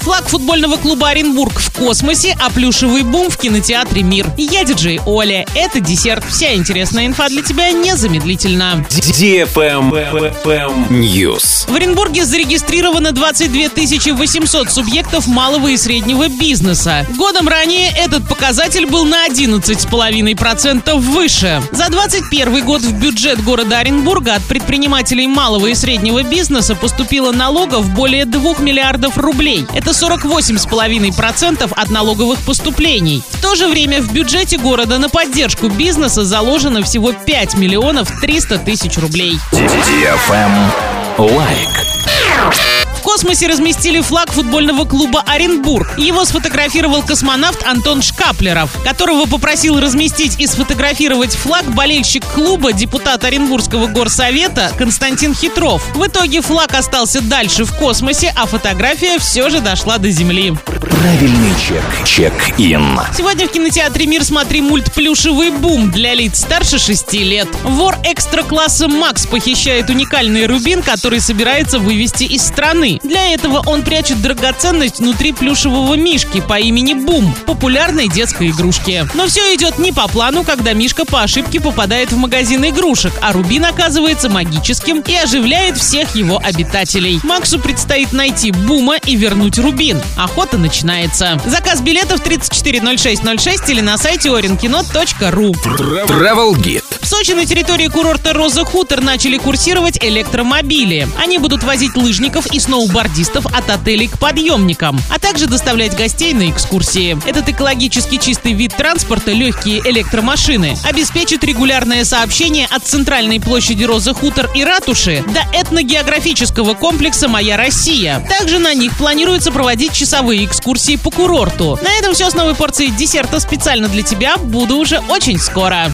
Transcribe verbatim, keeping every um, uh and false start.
Флаг футбольного клуба «Оренбург» в космосе, а плюшевый бум в кинотеатре «Мир». Я диджей Оля. Это десерт. Вся интересная инфа для тебя незамедлительно. News. В Оренбурге зарегистрировано двадцать две тысячи восемьсот субъектов малого и среднего бизнеса. Годом ранее этот показатель был на одиннадцать целых пять десятых процента выше. За двадцать первый год в бюджет города Оренбурга от предпринимателей малого и среднего бизнеса поступило налогов более двух миллиардов рублей. Это сорок восемь целых пять десятых процента от налоговых поступлений. В то же время в бюджете города на поддержку бизнеса заложено всего пять миллионов триста тысяч рублей. Лайк. В космосе разместили флаг футбольного клуба «Оренбург». Его сфотографировал космонавт Антон Шкаплеров, которого попросил разместить и сфотографировать флаг болельщик клуба, депутат Оренбургского горсовета Константин Хитров. В итоге флаг остался дальше в космосе, а фотография все же дошла до Земли. Правильный чек. Чек-ин. Сегодня в кинотеатре «Мир» смотри мульт «Плюшевый бум» для лиц старше шести лет. Вор экстра-класса Макс похищает уникальный рубин, который собирается вывести из страны. Для этого он прячет драгоценность внутри плюшевого мишки по имени Бум, популярной детской игрушки. Но все идет не по плану, когда мишка по ошибке попадает в магазин игрушек, а рубин оказывается магическим и оживляет всех его обитателей. Максу предстоит найти Бума и вернуть рубин. Охота начинается. Заказ билетов тридцать четыре ноль шесть ноль шесть или на сайте оренкино точка ру. Travel Guide. В Сочи на территории курорта «Роза Хутор» начали курсировать электромобили. Они будут возить лыжников и сноубордистов от отелей к подъемникам, а также доставлять гостей на экскурсии. Этот экологически чистый вид транспорта, легкие электромашины, обеспечит регулярное сообщение от центральной площади «Роза Хутор» и ратуши до этногеографического комплекса «Моя Россия». Также на них планируется проводить часовые экскурсии по курорту. На этом все с новой порцией десерта специально для тебя. Буду уже очень скоро.